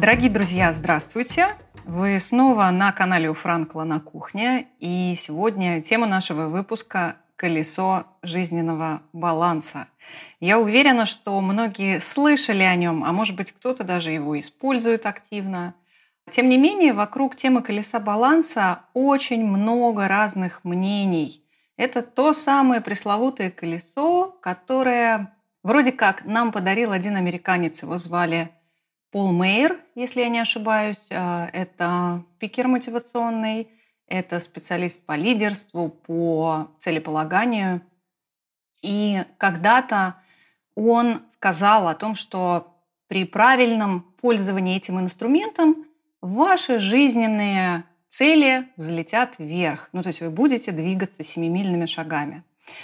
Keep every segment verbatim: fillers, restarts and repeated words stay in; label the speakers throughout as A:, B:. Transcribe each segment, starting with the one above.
A: Дорогие друзья, здравствуйте! Вы снова на канале у Франкла на кухне. И сегодня тема нашего выпуска – колесо жизненного баланса. Я уверена, что многие слышали о нем, а может быть, кто-то даже его использует активно. Тем не менее, вокруг темы колеса баланса очень много разных мнений. Это то самое пресловутое колесо, которое вроде как нам подарил один американец, его звали Пол Мейер, если я не ошибаюсь. Это спикер мотивационный, это специалист по лидерству, по целеполаганию. И когда-то он сказал о том, что при правильном пользовании этим инструментом ваши жизненные цели взлетят вверх. Ну, то есть вы будете двигаться семимильными шагами.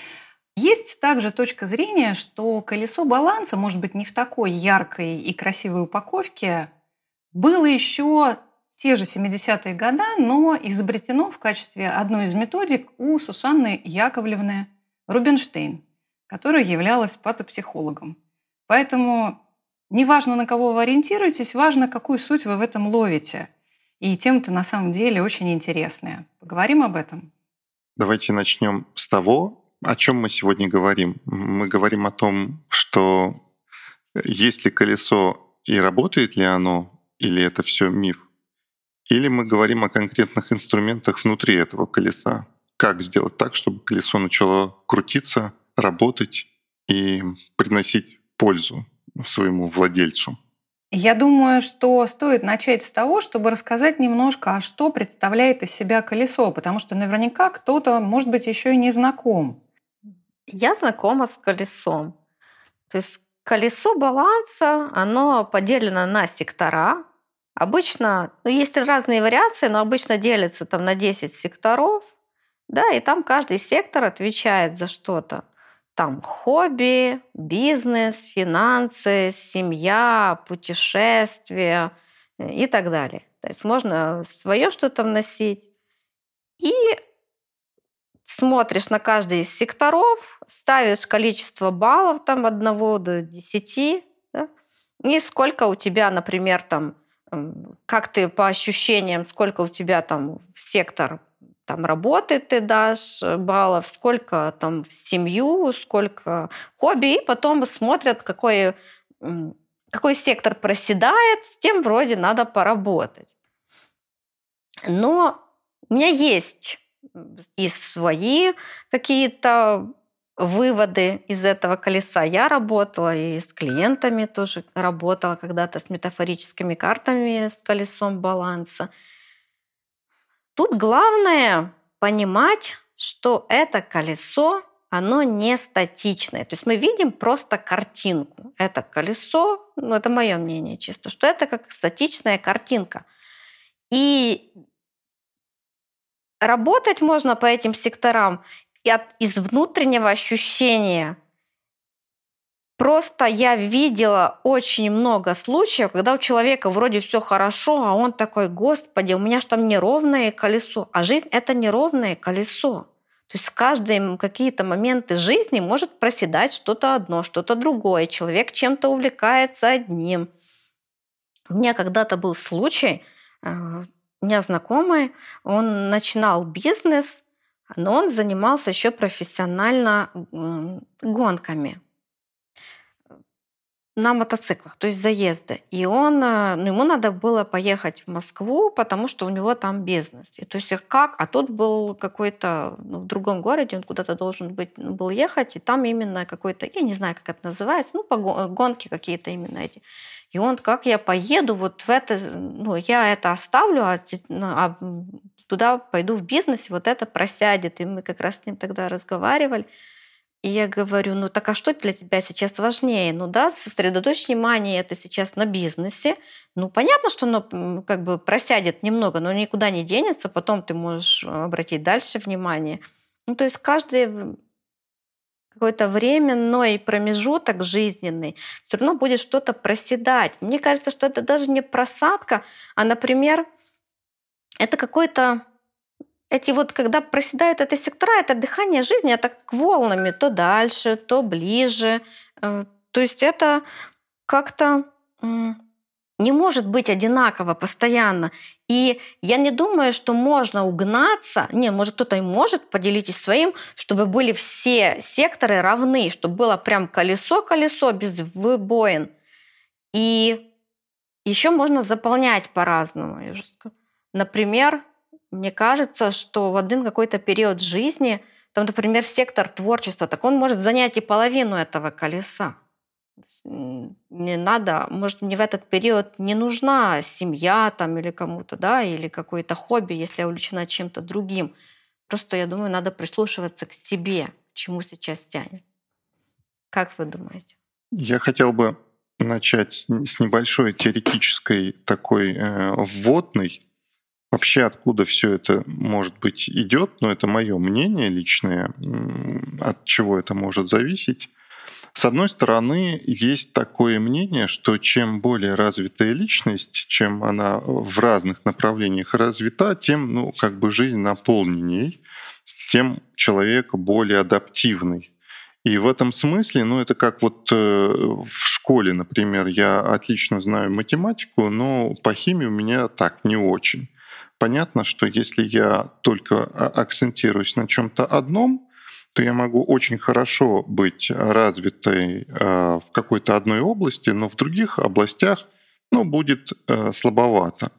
A: Есть также точка зрения, что колесо баланса, может быть, не в такой яркой и красивой упаковке, было еще в те же семидесятые годы, но изобретено в качестве одной из методик у Сусанны Яковлевны Рубинштейн, которая являлась патопсихологом. Поэтому неважно, на кого вы ориентируетесь, важно, какую суть вы в этом ловите. И тема-то на самом деле очень интересная. Поговорим об этом?
B: Давайте начнем с того, о чем мы сегодня говорим. Мы говорим о том, что есть ли колесо и работает ли оно, или это все миф. Или мы говорим о конкретных инструментах внутри этого колеса. Как сделать так, чтобы колесо начало крутиться, работать и приносить пользу своему владельцу.
A: Я думаю, что стоит начать с того, чтобы рассказать немножко, а что представляет из себя колесо, потому что наверняка кто-то, может быть, еще и не знаком.
C: Я знакома с колесом. То есть колесо баланса, оно поделено на сектора. Обычно, ну, есть разные вариации, но обычно делится там на десять секторов, да, и там каждый сектор отвечает за что-то. Там хобби, бизнес, финансы, семья, путешествия и так далее. То есть можно свое что-то вносить. И смотришь на каждый из секторов, ставишь количество баллов там от одного до десяти, да, и сколько у тебя, например, там, как ты по ощущениям, сколько у тебя там в сектор там работы ты дашь баллов, сколько там в семью, сколько хобби, и потом смотрят, какой, какой сектор проседает, с тем вроде надо поработать. Но у меня есть и свои какие-то выводы из этого колеса. Я работала и с клиентами тоже работала когда-то с метафорическими картами, с колесом баланса. Тут главное понимать, что это колесо, оно не статичное. То есть мы видим просто картинку. Это колесо, ну это мое мнение чисто, что это как статичная картинка. И работать можно по этим секторам и от, из внутреннего ощущения. Просто я видела очень много случаев, когда у человека вроде все хорошо, а он такой: Господи, у меня же там неровное колесо. А жизнь — это неровное колесо. То есть в каждые какие-то моменты жизни может проседать что-то одно, что-то другое. Человек чем-то увлекается одним. У меня когда-то был случай, у меня знакомый, он начинал бизнес, но он занимался еще профессионально гонками на мотоциклах, то есть заезды. И он, ну, ему надо было поехать в Москву, потому что у него там бизнес. И то есть как? А тут был какой-то, ну, в другом городе, он куда-то должен быть, был ехать, и там именно какой-то, я не знаю, как это называется, ну, гонки какие-то именно эти. И он: как я поеду вот в это, ну, я это оставлю, а, а туда пойду в бизнес, и вот это просядет. И мы как раз с ним тогда разговаривали. И я говорю: ну так а что для тебя сейчас важнее? Ну да, сосредоточь внимание это сейчас на бизнесе. Ну понятно, что оно как бы просядет немного, но никуда не денется, потом ты можешь обратить дальше внимание. Ну то есть каждый какой-то временной промежуток жизненный все равно будет что-то проседать. Мне кажется, что это даже не просадка, а, например, это какой-то эти вот, когда проседают эти сектора, это дыхание жизни, это как волнами, то дальше, то ближе. То есть это как-то не может быть одинаково постоянно. И я не думаю, что можно угнаться. Не, может, кто-то и может, поделитесь своим, чтобы были все секторы равны, чтобы было прям колесо-колесо без выбоин. И еще можно заполнять по-разному. Я уже скажу. Например, мне кажется, что в один какой-то период жизни, там, например, сектор творчества, так он может занять и половину этого колеса. Не надо, может, мне в этот период не нужна семья там или кому-то, да, или какое-то хобби, если я увлечена чем-то другим. Просто, я думаю, надо прислушиваться к себе, к чему сейчас тянет. Как вы думаете?
B: Я хотел бы начать с с небольшой теоретической такой э, вводной. Вообще, откуда все это, может быть, идет, но это мое мнение личное, м, от чего это может зависеть. С одной стороны, есть такое мнение, что чем более развитая личность, чем она в разных направлениях развита, тем, ну, как бы жизнь наполненней, тем человек более адаптивный. И в этом смысле, ну, это как вот э, в школе, например, я отлично знаю математику, но по химии у меня так не очень. Понятно, что если я только а- акцентируюсь на чем-то одном, то я могу очень хорошо быть развитой э, в какой-то одной области, но в других областях, ну, будет э, слабовато.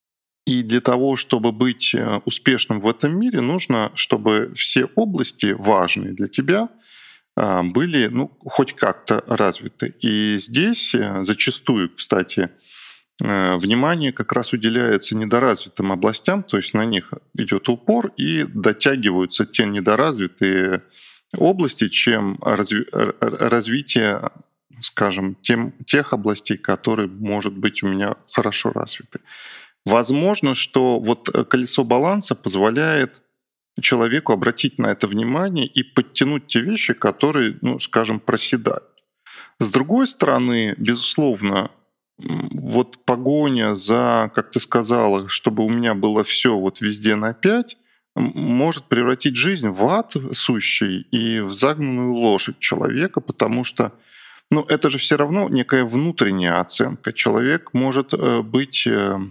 B: И для того, чтобы быть э, успешным в этом мире, нужно, чтобы все области важные для тебя а, были, ну, хоть как-то развиты. И здесь э, зачастую, кстати, э, внимание как раз уделяется недоразвитым областям, то есть на них идет упор и дотягиваются те недоразвитые области, чем разви- р- р- развитие, скажем, тем, тех областей, которые, может быть, у меня хорошо развиты. Возможно, что вот э, колесо баланса позволяет человеку обратить на это внимание и подтянуть те вещи, которые, ну, скажем, проседают. С другой стороны, безусловно, м, вот погоня за, как ты сказала, чтобы у меня было все вот везде на пять, м, может превратить жизнь в ад сущий и в загнанную лошадь человека, потому что, ну, это же все равно некая внутренняя оценка. Человек может э, быть э,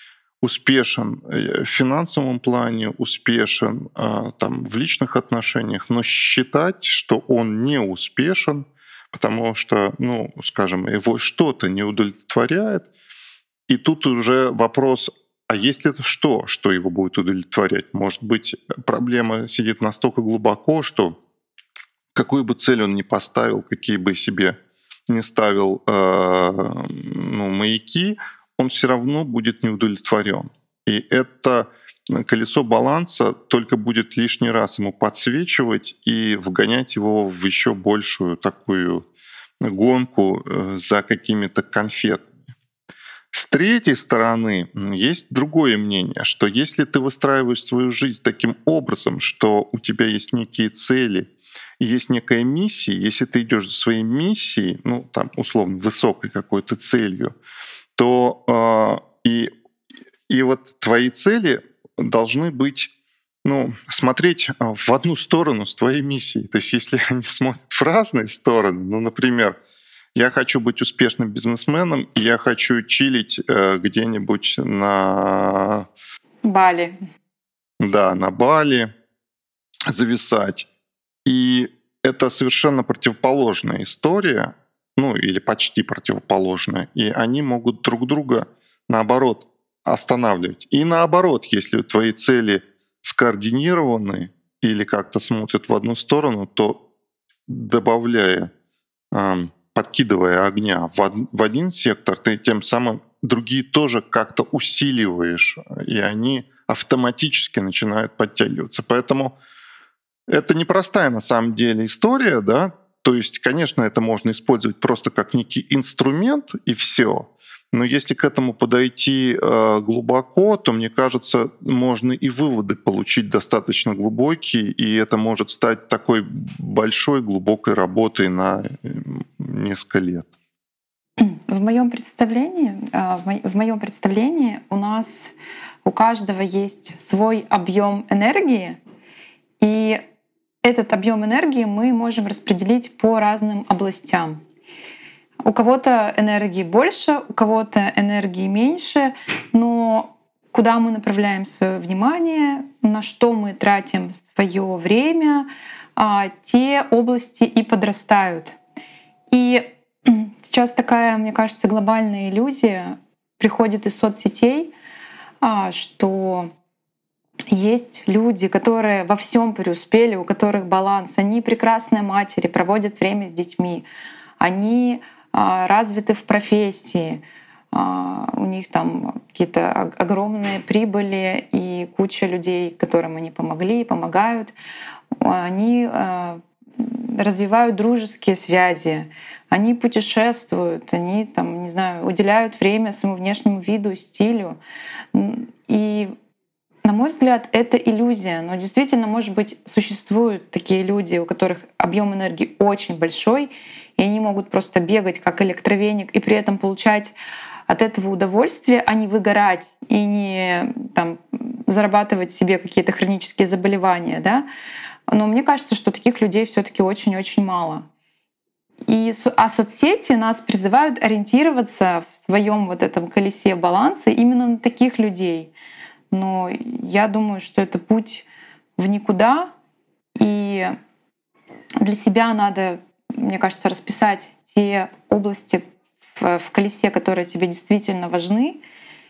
B: успешен э, в финансовом плане, успешен а, там, в личных отношениях, но считать, что он не успешен, потому что, ну, скажем, его что-то не удовлетворяет, и тут уже вопрос, а есть это что, что его будет удовлетворять? Может быть, проблема сидит настолько глубоко, что какую бы цель он ни поставил, какие бы себе не ставил э, ну, маяки, он все равно будет неудовлетворен. И это колесо баланса только будет лишний раз ему подсвечивать и вгонять его в еще большую такую гонку э, за какими-то конфетами. С третьей стороны, м, есть другое мнение, что если ты выстраиваешь свою жизнь таким образом, что у тебя есть некие цели, и есть некая миссия, если ты идешь за своей миссией, ну, там, условно, высокой какой-то целью, то э, и, и вот твои цели должны быть, ну, смотреть а, в одну сторону с твоей миссией. То есть если они смотрят в разные стороны, ну, например, я хочу быть успешным бизнесменом, и я хочу чилить э, где-нибудь на,
A: Бали.
B: да, на Бали, зависать. И это совершенно противоположная история, ну или почти противоположная. И они могут друг друга, наоборот, останавливать. И наоборот, если твои цели скоординированы или как-то смотрят в одну сторону, то добавляя, ам, подкидывая огня в од- в один сектор, ты тем самым другие тоже как-то усиливаешь, и они автоматически начинают подтягиваться. Поэтому это непростая на самом деле история, да. То есть, конечно, это можно использовать просто как некий инструмент и все. Но если к этому подойти э, глубоко, то, мне кажется, можно и выводы получить достаточно глубокие, и это может стать такой большой, глубокой работой на э, несколько лет.
D: В моем представлении, а, в мо- в моем представлении у нас у каждого есть свой объем энергии, и этот объем энергии мы можем распределить по разным областям. У кого-то энергии больше, у кого-то энергии меньше, но куда мы направляем свое внимание, на что мы тратим свое время, а, те области и подрастают. И сейчас такая, мне кажется, глобальная иллюзия приходит из соцсетей, а, что есть люди, которые во всем преуспели, у которых баланс, они прекрасные матери, проводят время с детьми, они а, развиты в профессии, а, у них там какие-то ог- огромные прибыли и куча людей, которым они помогли и помогают. Они а, развивают дружеские связи, они путешествуют, они там, не знаю, уделяют время своему внешнему виду, стилю. М, И на мой взгляд, это иллюзия, но действительно, может быть, существуют такие люди, у которых объем энергии очень большой, и они могут просто бегать как электровеник и при этом получать от этого удовольствие, а не выгорать и не там, зарабатывать себе какие-то хронические заболевания. Да? Но мне кажется, что таких людей все таки очень-очень мало. И, со- а соцсети нас призывают ориентироваться в своем вот этом колесе баланса именно на таких людей. Но я думаю, что это путь в никуда, и для себя надо, мне кажется, расписать те области в, в колесе, которые тебе действительно важны,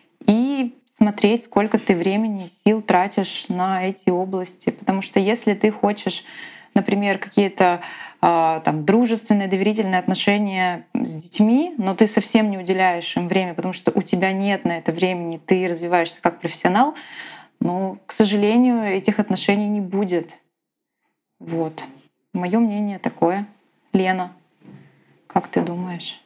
D: и смотреть, сколько ты времени и сил тратишь на эти области. Потому что если ты хочешь, например, какие-то а, там дружественные, доверительные отношения с детьми, но ты совсем не уделяешь им время, потому что у тебя нет на это времени, ты развиваешься как профессионал, но, к сожалению, этих отношений не будет. Вот. Мое мнение такое. Лена, как ты думаешь?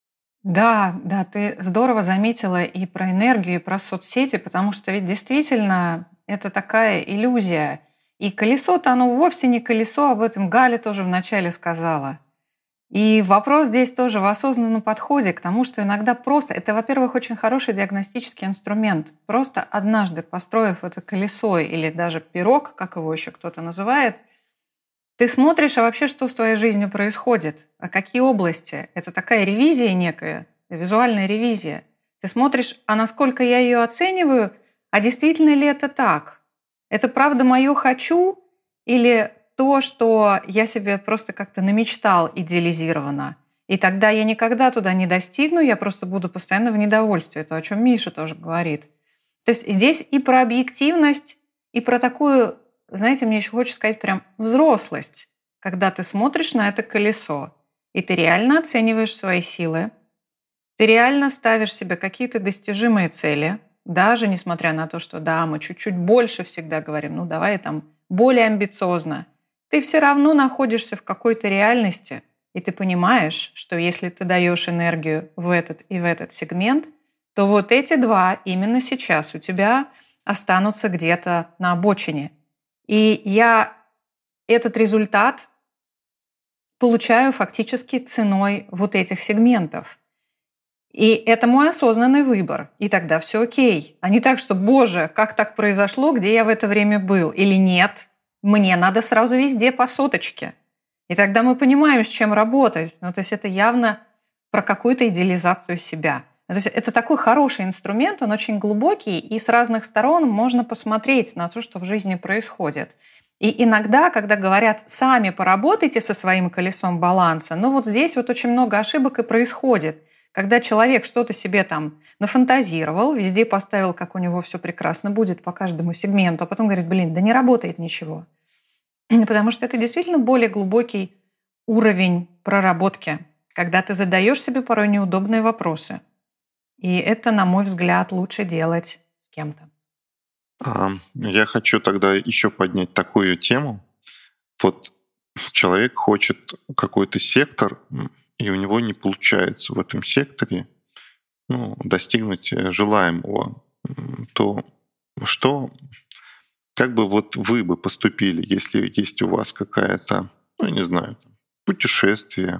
A: Да, да, ты здорово заметила и про энергию, и про соцсети, потому что ведь действительно это такая иллюзия. И колесо-то оно вовсе не колесо, об этом Галя тоже вначале сказала. И вопрос здесь тоже в осознанном подходе к тому, что иногда просто, это, во-первых, очень хороший диагностический инструмент. Просто однажды построив это колесо или даже пирог, как его еще кто-то называет, ты смотришь, а вообще что с твоей жизнью происходит, а какие области. Это такая ревизия некая, визуальная ревизия. Ты смотришь, а насколько я ее оцениваю, а действительно ли это так? Это правда мое «хочу» или то, что я себе просто как-то намечтал идеализированно? И тогда я никогда туда не достигну, я просто буду постоянно в недовольстве. То, о чем Миша тоже говорит. То есть здесь и про объективность, и про такую, знаете, мне еще хочется сказать, прям взрослость, когда ты смотришь на это колесо, и ты реально оцениваешь свои силы, ты реально ставишь себе какие-то достижимые цели, даже несмотря на то, что да, мы чуть-чуть больше всегда говорим, ну давай там более амбициозно. Ты все равно находишься в какой-то реальности, и ты понимаешь, что если ты даешь энергию в этот и в этот сегмент, то вот эти два именно сейчас у тебя останутся где-то на обочине. И я этот результат получаю фактически ценой вот этих сегментов. И это мой осознанный выбор. И тогда все окей. А не так, что, боже, как так произошло, где я в это время был? Или нет, мне надо сразу везде по соточке. И тогда мы понимаем, с чем работать. Ну, то есть это явно про какую-то идеализацию себя. То есть это такой хороший инструмент, он очень глубокий, и с разных сторон можно посмотреть на то, что в жизни происходит. И иногда, когда говорят, сами поработайте со своим колесом баланса, ну вот здесь вот очень много ошибок и происходит. Когда человек что-то себе там нафантазировал, везде поставил, как у него все прекрасно будет по каждому сегменту, а потом говорит, блин, да не работает ничего. Потому что это действительно более глубокий уровень проработки, когда ты задаешь себе порой неудобные вопросы. И это, на мой взгляд, лучше делать с кем-то.
B: А, Я хочу тогда еще поднять такую тему. Вот человек хочет какой-то сектор, м, и у него не получается в этом секторе ну, достигнуть э, желаемого. М, То что, как бы вот вы бы поступили, если есть у вас какая-то, ну, я не знаю, там, путешествие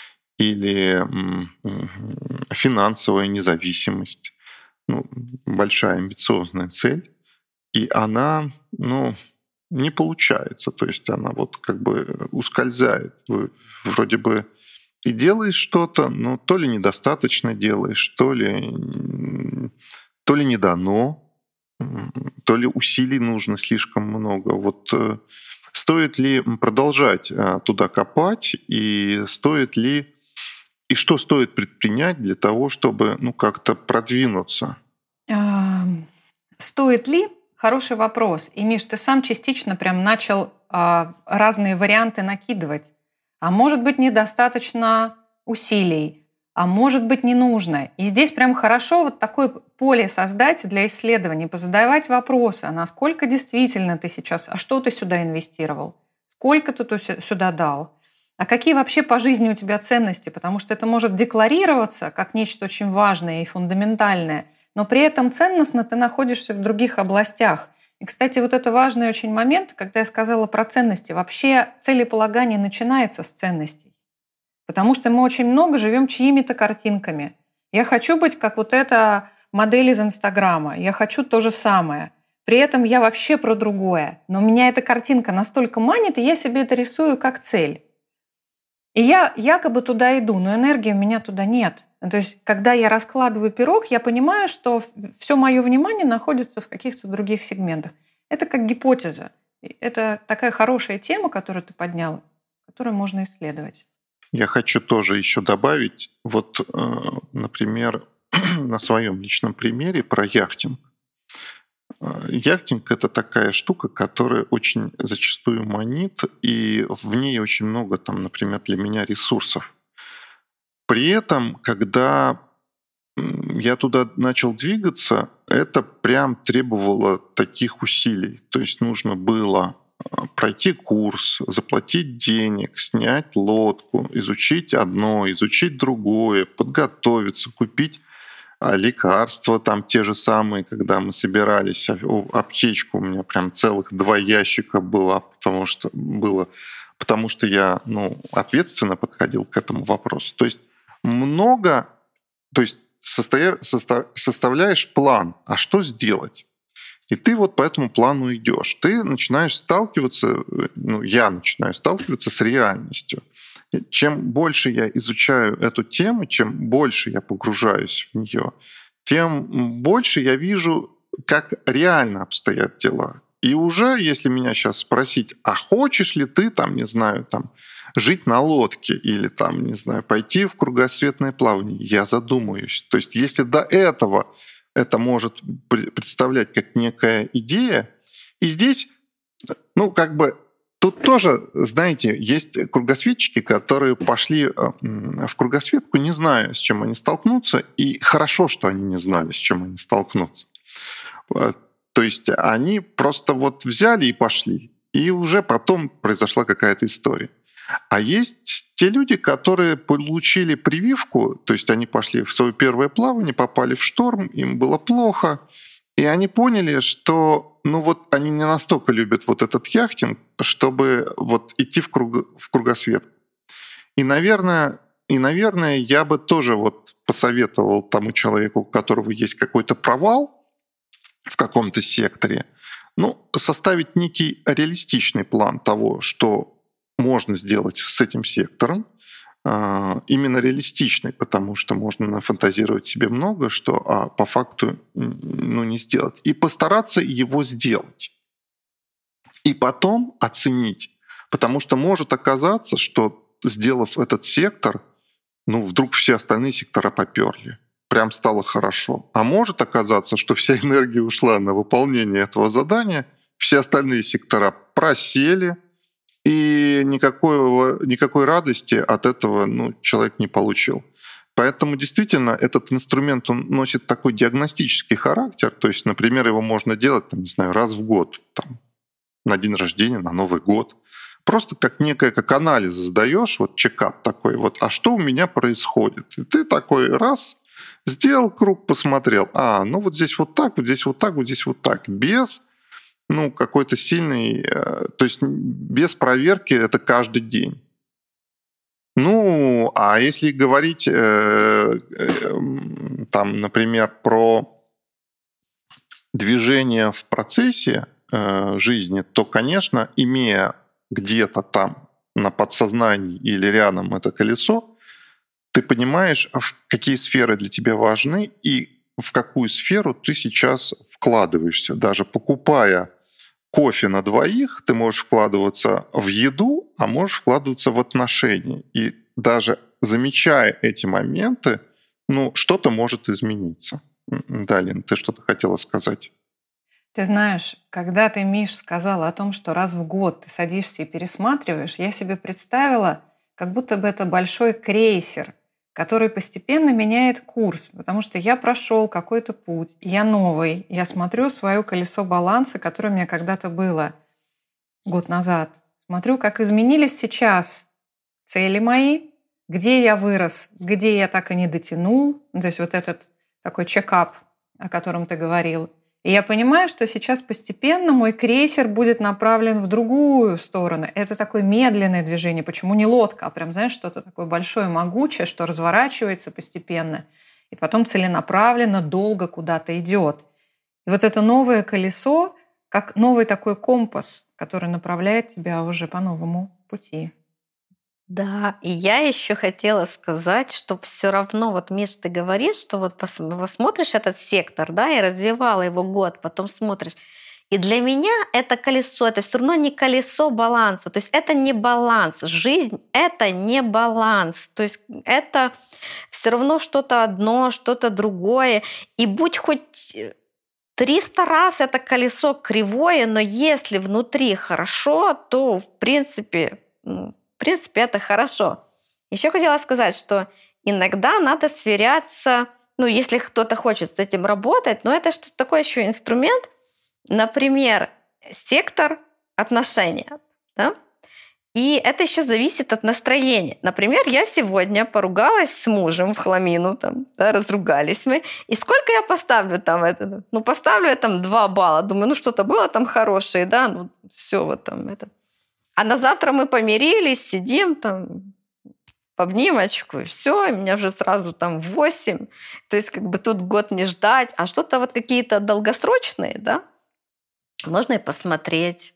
B: или м, м, финансовая независимость, ну, большая амбициозная цель, и она, ну, не получается, то есть она вот как бы ускользает. Вы вроде бы ты делаешь что-то, но то ли недостаточно делаешь, то ли, то ли не дано, то ли усилий нужно слишком много. Вот э, стоит ли продолжать э, туда копать, и стоит ли, и что стоит предпринять для того, чтобы ну, как-то продвинуться?
A: А, Стоит ли? Хороший вопрос. И, Миш, ты сам частично прям начал а, разные варианты накидывать. А может быть, недостаточно усилий, а может быть, не нужно. И здесь прям хорошо вот такое поле создать для исследований, позадавать вопросы, а насколько действительно ты сейчас, а что ты сюда инвестировал, сколько ты ту- сюда дал, а какие вообще по жизни у тебя ценности, потому что это может декларироваться как нечто очень важное и фундаментальное, но при этом ценностно ты находишься в других областях. И, кстати, вот это важный очень момент, когда я сказала про ценности. Вообще целеполагание начинается с ценностей. Потому что мы очень много живем чьими-то картинками. Я хочу быть как вот эта модель из Инстаграма. Я хочу то же самое. При этом я вообще про другое. Но меня эта картинка настолько манит, и я себе это рисую как цель. И я якобы туда иду, но энергии у меня туда нет. То есть, когда я раскладываю пирог, я понимаю, что все мое внимание находится в каких-то других сегментах. Это как гипотеза. Это такая хорошая тема, которую ты поднял, которую можно исследовать.
B: Я хочу тоже еще добавить, вот, э, например, на своем личном примере про яхтинг. Э, Яхтинг — это такая штука, которая очень зачастую манит, и в ней очень много, там, например, для меня ресурсов. При этом, когда м, я туда начал двигаться, это прям требовало таких усилий. То есть нужно было а, пройти курс, заплатить денег, снять лодку, изучить одно, изучить другое, подготовиться, купить а, лекарства там те же самые, когда мы собирались, а, о, аптечку у меня прям целых два ящика было, потому что было, потому что я ну, ответственно подходил к этому вопросу. То есть много, то есть состоя, состав, составляешь план, а что сделать? И ты вот по этому плану идешь. Ты начинаешь сталкиваться, ну, я начинаю сталкиваться с реальностью. И чем больше я изучаю эту тему, чем больше я погружаюсь в нее, тем больше я вижу, как реально обстоят дела. И уже, если меня сейчас спросить, а хочешь ли ты, там, не знаю, там, жить на лодке или, там, не знаю, пойти в кругосветное плавание, я задумаюсь. То есть если до этого это может представлять как некая идея, и здесь, ну, как бы, тут тоже, знаете, есть кругосветчики, которые пошли в кругосветку, не зная, с чем они столкнутся, и хорошо, что они не знали, с чем они столкнутся. То есть они просто вот взяли и пошли, и уже потом произошла какая-то история. А есть те люди, которые получили прививку, то есть они пошли в свое первое плавание, попали в шторм, им было плохо, и они поняли, что ну вот они не настолько любят вот этот яхтинг, чтобы вот идти в, круг, в кругосвет. И, наверное, и, наверное, я бы тоже вот посоветовал тому человеку, у которого есть какой-то провал в каком-то секторе, ну, составить некий реалистичный план того, что можно сделать с этим сектором, именно реалистичный, потому что можно нафантазировать себе много, что а по факту ну, не сделать. И постараться его сделать. И потом оценить. Потому что может оказаться, что, сделав этот сектор, ну, вдруг все остальные сектора поперли. Прям стало хорошо. А может оказаться, что вся энергия ушла на выполнение этого задания, все остальные сектора просели, и никакой, никакой радости от этого ну, человек не получил. Поэтому действительно этот инструмент он носит такой диагностический характер. То есть, например, его можно делать там, не знаю, раз в год, там, на день рождения, на Новый год. Просто как некое, как анализ сдаешь, вот чекап такой, вот, а что у меня происходит? И ты такой раз сделал круг, посмотрел, а, ну вот здесь вот так, вот здесь вот так, вот здесь вот так, без ну, какой-то сильный, то есть без проверки это каждый день. Ну, а если говорить, э, э, там, например, про движение в процессе э, жизни, то, конечно, имея где-то там на подсознании или рядом это колесо, ты понимаешь, в какие сферы для тебя важны и в какую сферу ты сейчас вкладываешься. Даже покупая кофе на двоих, ты можешь вкладываться в еду, а можешь вкладываться в отношения. И даже замечая эти моменты, ну, что-то может измениться. Да, Лен, ты что-то хотела сказать?
A: Ты знаешь, когда ты, Миш, сказала о том, что раз в год ты садишься и пересматриваешь, я себе представила, как будто бы это большой крейсер, который постепенно меняет курс, потому что я прошел какой-то путь, я новый, я смотрю свое колесо баланса, которое у меня когда-то было год назад, смотрю, как изменились сейчас цели мои, где я вырос, где я так и не дотянул, ну, то есть вот этот такой чекап, о котором ты говорил. И я понимаю, что сейчас постепенно мой крейсер будет направлен в другую сторону. Это такое медленное движение. Почему не лодка, а прям, знаешь, что-то такое большое, могучее, что разворачивается постепенно и потом целенаправленно, долго куда-то идет. И вот это новое колесо, как новый такой компас, который направляет тебя уже по новому пути.
C: Да, и я еще хотела сказать, что все равно, вот, Миш, ты говоришь, что вот пос- посмотришь этот сектор, да, и развивала его год, потом смотришь. И для меня это колесо, это все равно не колесо баланса, то есть это не баланс. Жизнь — это не баланс, то есть это все равно что-то одно, что-то другое. И будь хоть триста раз это колесо кривое, но если внутри хорошо, то в принципе, ну, в принципе, это хорошо. Еще хотела сказать, что иногда надо сверяться, ну, если кто-то хочет с этим работать, но это что-то такой еще инструмент, например, сектор отношения, да? И это еще зависит от настроения. Например, я сегодня поругалась с мужем в хламину, там, да, разругались мы. И сколько я поставлю там это? Ну, поставлю я там два балла. Думаю, ну, что-то было там хорошее, да, ну, все вот там это. А на завтра мы помирились, сидим там в обнимочку, и все, меня уже сразу там восемь. То есть как бы тут год не ждать. А что-то вот какие-то долгосрочные, да, можно и посмотреть.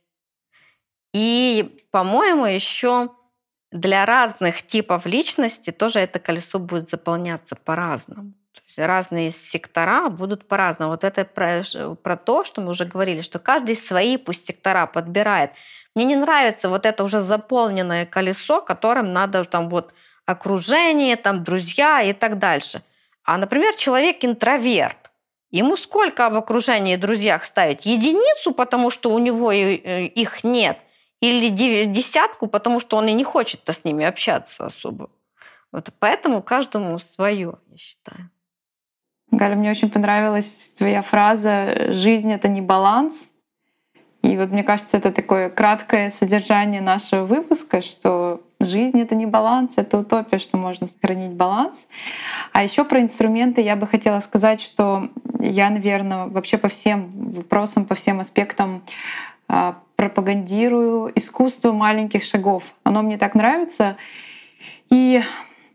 C: И, по-моему, еще для разных типов личности тоже это колесо будет заполняться по-разному. То есть разные сектора будут по-разному. Вот это про, про то, что мы уже говорили, что каждый свои пусть сектора подбирает. Мне не нравится вот это уже заполненное колесо, которым надо там вот окружение, там друзья и так дальше. А, например, человек интроверт. Ему сколько в окружении друзьях ставить? Единицу, потому что у него их нет, или десятку, потому что он и не хочет-то с ними общаться особо. Вот поэтому каждому свое, я считаю.
D: Галя, мне очень понравилась твоя фраза «жизнь — это не баланс». И вот мне кажется, это такое краткое содержание нашего выпуска, что жизнь — это не баланс, это утопия, что можно сохранить баланс. А еще про инструменты я бы хотела сказать, что я, наверное, вообще по всем вопросам, по всем аспектам пропагандирую искусство маленьких шагов. Оно мне так нравится. И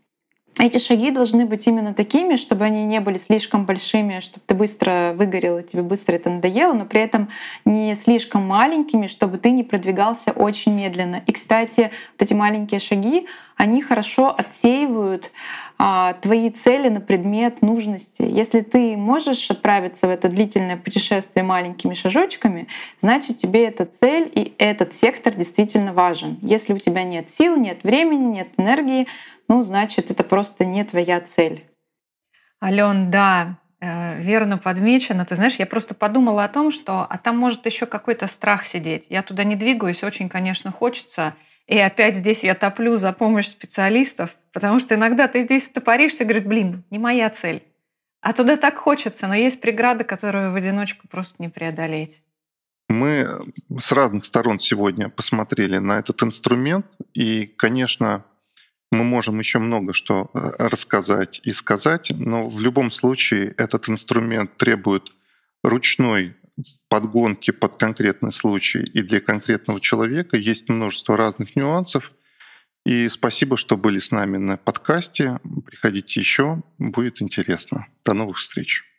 D: эти шаги должны быть именно такими, чтобы они не были слишком большими, чтобы ты быстро выгорел, и тебе быстро это надоело, но при этом не слишком маленькими, чтобы ты не продвигался очень медленно. И, кстати, вот эти маленькие шаги, они хорошо отсеивают а, твои цели на предмет нужности. Если ты можешь отправиться в это длительное путешествие маленькими шажочками, значит, тебе эта цель и этот сектор действительно важен. Если у тебя нет сил, нет времени, нет энергии, ну, значит, это просто не твоя цель.
A: Алён, да, э, верно подмечено. Ты знаешь, я просто подумала о том, что а там может еще какой-то страх сидеть. Я туда не двигаюсь, очень, конечно, хочется. И опять здесь я топлю за помощь специалистов, потому что иногда ты здесь стопоришься и говоришь, блин, не моя цель. А туда так хочется, но есть преграды, которые в одиночку просто не преодолеть.
B: Мы с разных сторон сегодня посмотрели на этот инструмент, и, конечно, мы можем еще много что рассказать и сказать, но в любом случае этот инструмент требует ручной подгонки под конкретный случай и для конкретного человека. Есть множество разных нюансов. И спасибо, что были с нами на подкасте. Приходите еще, будет интересно. До новых встреч.